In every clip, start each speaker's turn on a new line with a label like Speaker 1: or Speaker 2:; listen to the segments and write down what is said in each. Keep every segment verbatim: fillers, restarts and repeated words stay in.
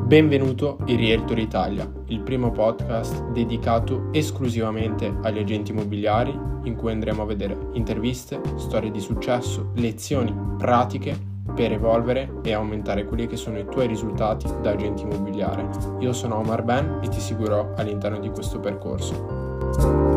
Speaker 1: Benvenuto in Realtor Italia, il primo podcast dedicato esclusivamente agli agenti immobiliari, in cui andremo a vedere interviste, storie di successo, lezioni pratiche per evolvere e aumentare quelli che sono i tuoi risultati da agente immobiliare. Io sono Omar Ben e ti seguirò all'interno di questo percorso.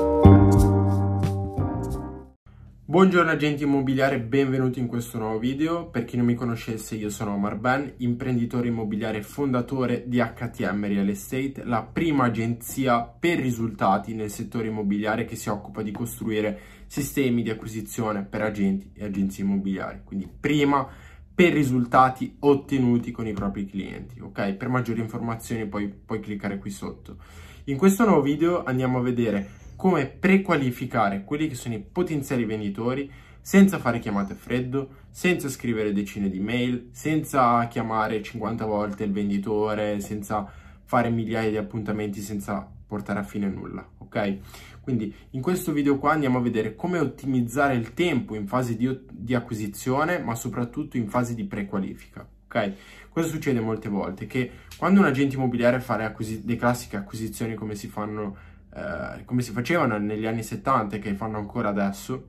Speaker 1: Buongiorno agenti immobiliari, benvenuti in questo nuovo video. Per chi non mi conoscesse, io sono Omar Ben, imprenditore immobiliare e fondatore di H T M Real Estate, la prima agenzia per risultati nel settore immobiliare che si occupa di costruire sistemi di acquisizione per agenti e agenzie immobiliari. Quindi prima per risultati ottenuti con i propri clienti, ok? Per maggiori informazioni poi puoi cliccare qui sotto. In questo nuovo video andiamo a vedere come prequalificare quelli che sono i potenziali venditori senza fare chiamate a freddo, senza scrivere decine di mail, senza chiamare cinquanta volte il venditore, senza fare migliaia di appuntamenti, senza portare a fine nulla, ok? Quindi in questo video qua andiamo a vedere come ottimizzare il tempo in fase di, di acquisizione, ma soprattutto in fase di prequalifica, ok? Cosa succede molte volte? Che quando un agente immobiliare fa le, le classiche acquisizioni come si fanno Uh, come si facevano negli anni settanta e che fanno ancora adesso,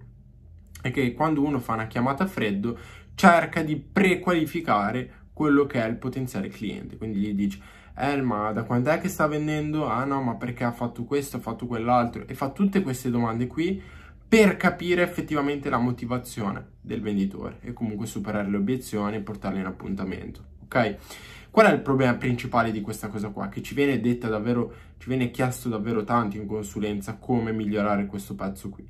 Speaker 1: è che quando uno fa una chiamata a freddo cerca di prequalificare quello che è il potenziale cliente, quindi gli dice eh ma da quando è che sta vendendo? Ah no, ma perché ha fatto questo, ha fatto quell'altro, e fa tutte queste domande qui per capire effettivamente la motivazione del venditore e comunque superare le obiezioni e portarle in appuntamento, ok? Qual è il problema principale di questa cosa qua? Che ci viene detta davvero, ci viene chiesto davvero tanto in consulenza come migliorare questo pezzo qui.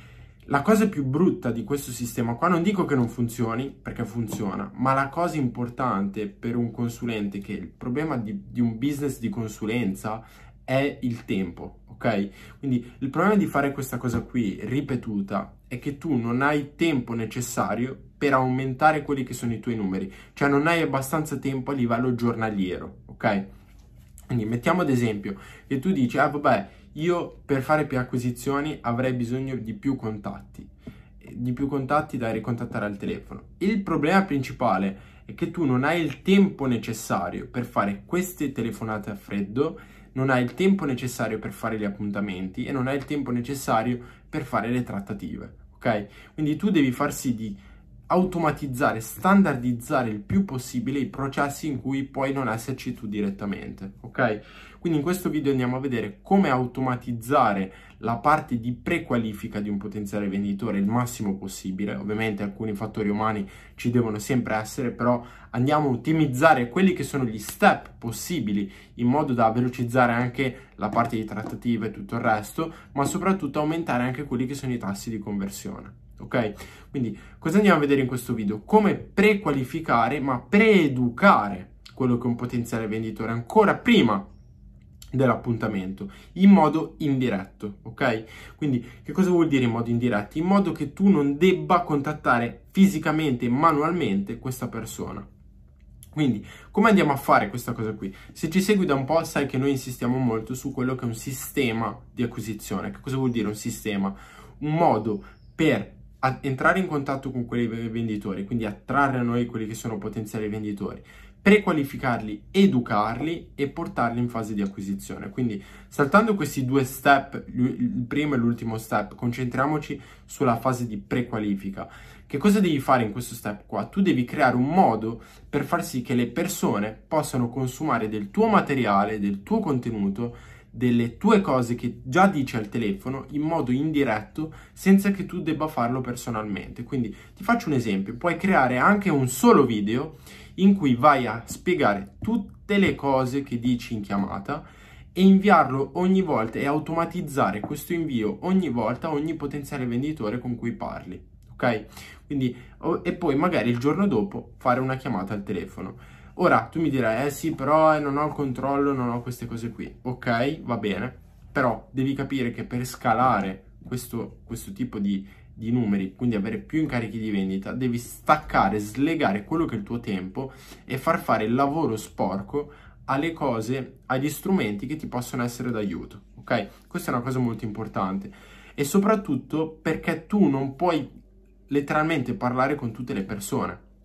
Speaker 1: La cosa più brutta di questo sistema qua, non dico che non funzioni, perché funziona, ma la cosa importante per un consulente, che il problema di, di un business di consulenza è il tempo, ok? Quindi il problema di fare questa cosa qui ripetuta è che tu non hai tempo necessario per aumentare quelli che sono i tuoi numeri, cioè non hai abbastanza tempo a livello giornaliero, ok? Quindi mettiamo ad esempio che tu dici, ah vabbè, io per fare più acquisizioni avrei bisogno di più contatti, di più contatti da ricontattare al telefono. Il problema principale è che tu non hai il tempo necessario per fare queste telefonate a freddo, non hai il tempo necessario per fare gli appuntamenti e non hai il tempo necessario per fare le trattative, ok? Quindi tu devi far sì di automatizzare, standardizzare il più possibile i processi in cui puoi non esserci tu direttamente, ok? Quindi in questo video andiamo a vedere come automatizzare la parte di prequalifica di un potenziale venditore il massimo possibile. Ovviamente alcuni fattori umani ci devono sempre essere, però andiamo a ottimizzare quelli che sono gli step possibili in modo da velocizzare anche la parte di trattativa e tutto il resto, ma soprattutto aumentare anche quelli che sono i tassi di conversione. Ok? Quindi cosa andiamo a vedere in questo video? Come prequalificare ma preeducare quello che è un potenziale venditore ancora prima dell'appuntamento in modo indiretto, ok? Quindi che cosa vuol dire in modo indiretto? In modo che tu non debba contattare fisicamente e manualmente questa persona. Quindi come andiamo a fare questa cosa qui? Se ci segui da un po' sai che noi insistiamo molto su quello che è un sistema di acquisizione. Che cosa vuol dire un sistema? Un modo per a entrare in contatto con quei venditori, quindi attrarre a noi quelli che sono potenziali venditori, prequalificarli, educarli e portarli in fase di acquisizione. Quindi saltando questi due step, il primo e l'ultimo step, concentriamoci sulla fase di prequalifica. Che cosa devi fare in questo step qua? Tu devi creare un modo per far sì che le persone possano consumare del tuo materiale, del tuo contenuto, delle tue cose che già dici al telefono in modo indiretto senza che tu debba farlo personalmente. Quindi ti faccio un esempio, puoi creare anche un solo video in cui vai a spiegare tutte le cose che dici in chiamata e inviarlo ogni volta e automatizzare questo invio ogni volta a ogni potenziale venditore con cui parli, ok? Quindi, e poi magari il giorno dopo fare una chiamata al telefono. Ora, tu mi dirai, eh sì, però non ho il controllo, non ho queste cose qui. Ok, va bene, però devi capire che per scalare questo, questo tipo di, di numeri, quindi avere più incarichi di vendita, devi staccare, slegare quello che è il tuo tempo e far fare il lavoro sporco alle cose, agli strumenti che ti possono essere d'aiuto, ok? Questa è una cosa molto importante. E soprattutto perché tu non puoi letteralmente parlare con tutte le persone.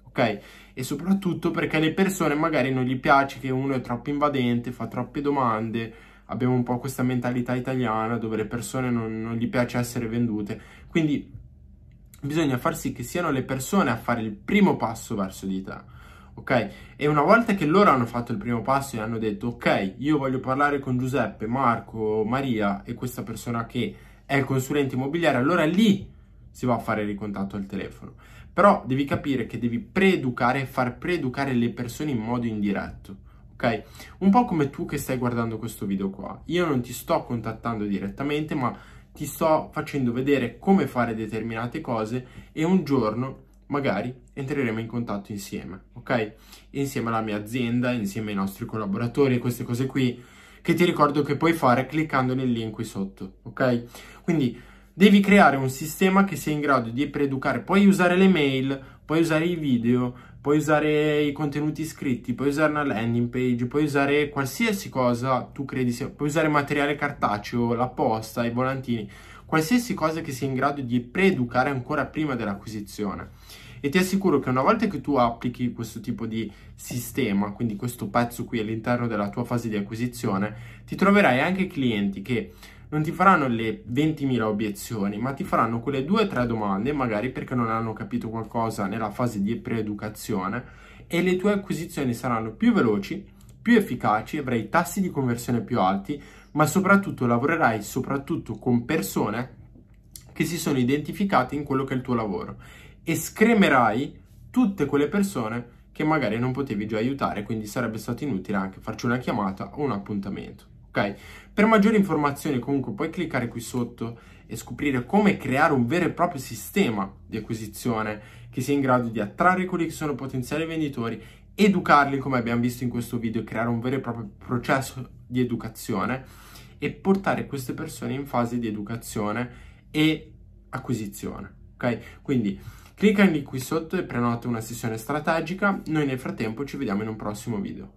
Speaker 1: ok? E soprattutto perché alle persone magari non gli piace che uno è troppo invadente, fa troppe domande. Abbiamo un po' questa mentalità italiana dove le persone non, non gli piace essere vendute, quindi bisogna far sì che siano le persone a fare il primo passo verso di te, ok? E una volta che loro hanno fatto il primo passo e hanno detto ok, io voglio parlare con Giuseppe, Marco, Maria e questa persona che è il consulente immobiliare, allora lì si va a fare il ricontatto al telefono. Però devi capire che devi preeducare e far preeducare le persone in modo indiretto, ok? Un po' come tu che stai guardando questo video qua. Io non ti sto contattando direttamente, ma ti sto facendo vedere come fare determinate cose e un giorno magari entreremo in contatto insieme, ok? Insieme alla mia azienda, insieme ai nostri collaboratori e queste cose qui che ti ricordo che puoi fare cliccando nel link qui sotto, ok? Quindi devi creare un sistema che sia in grado di preeducare. Puoi usare le mail, puoi usare i video, puoi usare i contenuti scritti, puoi usare una landing page, puoi usare qualsiasi cosa tu credi sia, puoi usare materiale cartaceo, la posta, i volantini, qualsiasi cosa che sia in grado di preeducare ancora prima dell'acquisizione. E ti assicuro che una volta che tu applichi questo tipo di sistema, quindi questo pezzo qui all'interno della tua fase di acquisizione, ti troverai anche clienti che non ti faranno le ventimila obiezioni, ma ti faranno quelle due o tre domande, magari perché non hanno capito qualcosa nella fase di preeducazione, e le tue acquisizioni saranno più veloci, più efficaci, avrai tassi di conversione più alti, ma soprattutto lavorerai soprattutto con persone che si sono identificate in quello che è il tuo lavoro e scremerai tutte quelle persone che magari non potevi già aiutare, quindi sarebbe stato inutile anche farci una chiamata o un appuntamento. Ok? Per maggiori informazioni comunque puoi cliccare qui sotto e scoprire come creare un vero e proprio sistema di acquisizione che sia in grado di attrarre quelli che sono potenziali venditori, educarli come abbiamo visto in questo video, creare un vero e proprio processo di educazione e portare queste persone in fase di educazione e acquisizione. Ok? Quindi clicca in link qui sotto e prenota una sessione strategica. Noi nel frattempo ci vediamo in un prossimo video.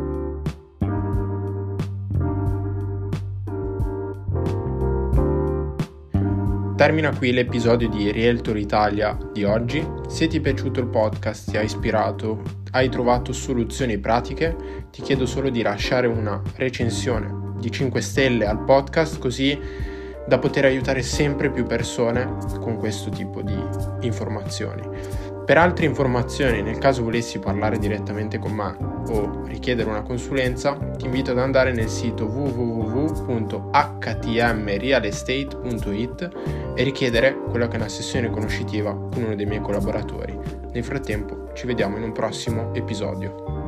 Speaker 1: Termina qui l'episodio di Realtor Italia di oggi. Se ti è piaciuto il podcast, ti ha ispirato, hai trovato soluzioni pratiche, ti chiedo solo di lasciare una recensione di cinque stelle al podcast, così da poter aiutare sempre più persone con questo tipo di informazioni. Per altre informazioni, nel caso volessi parlare direttamente con me o richiedere una consulenza, ti invito ad andare nel sito w w w punto h t m real estate punto i t e richiedere quella che è una sessione conoscitiva con uno dei miei collaboratori. Nel frattempo ci vediamo in un prossimo episodio.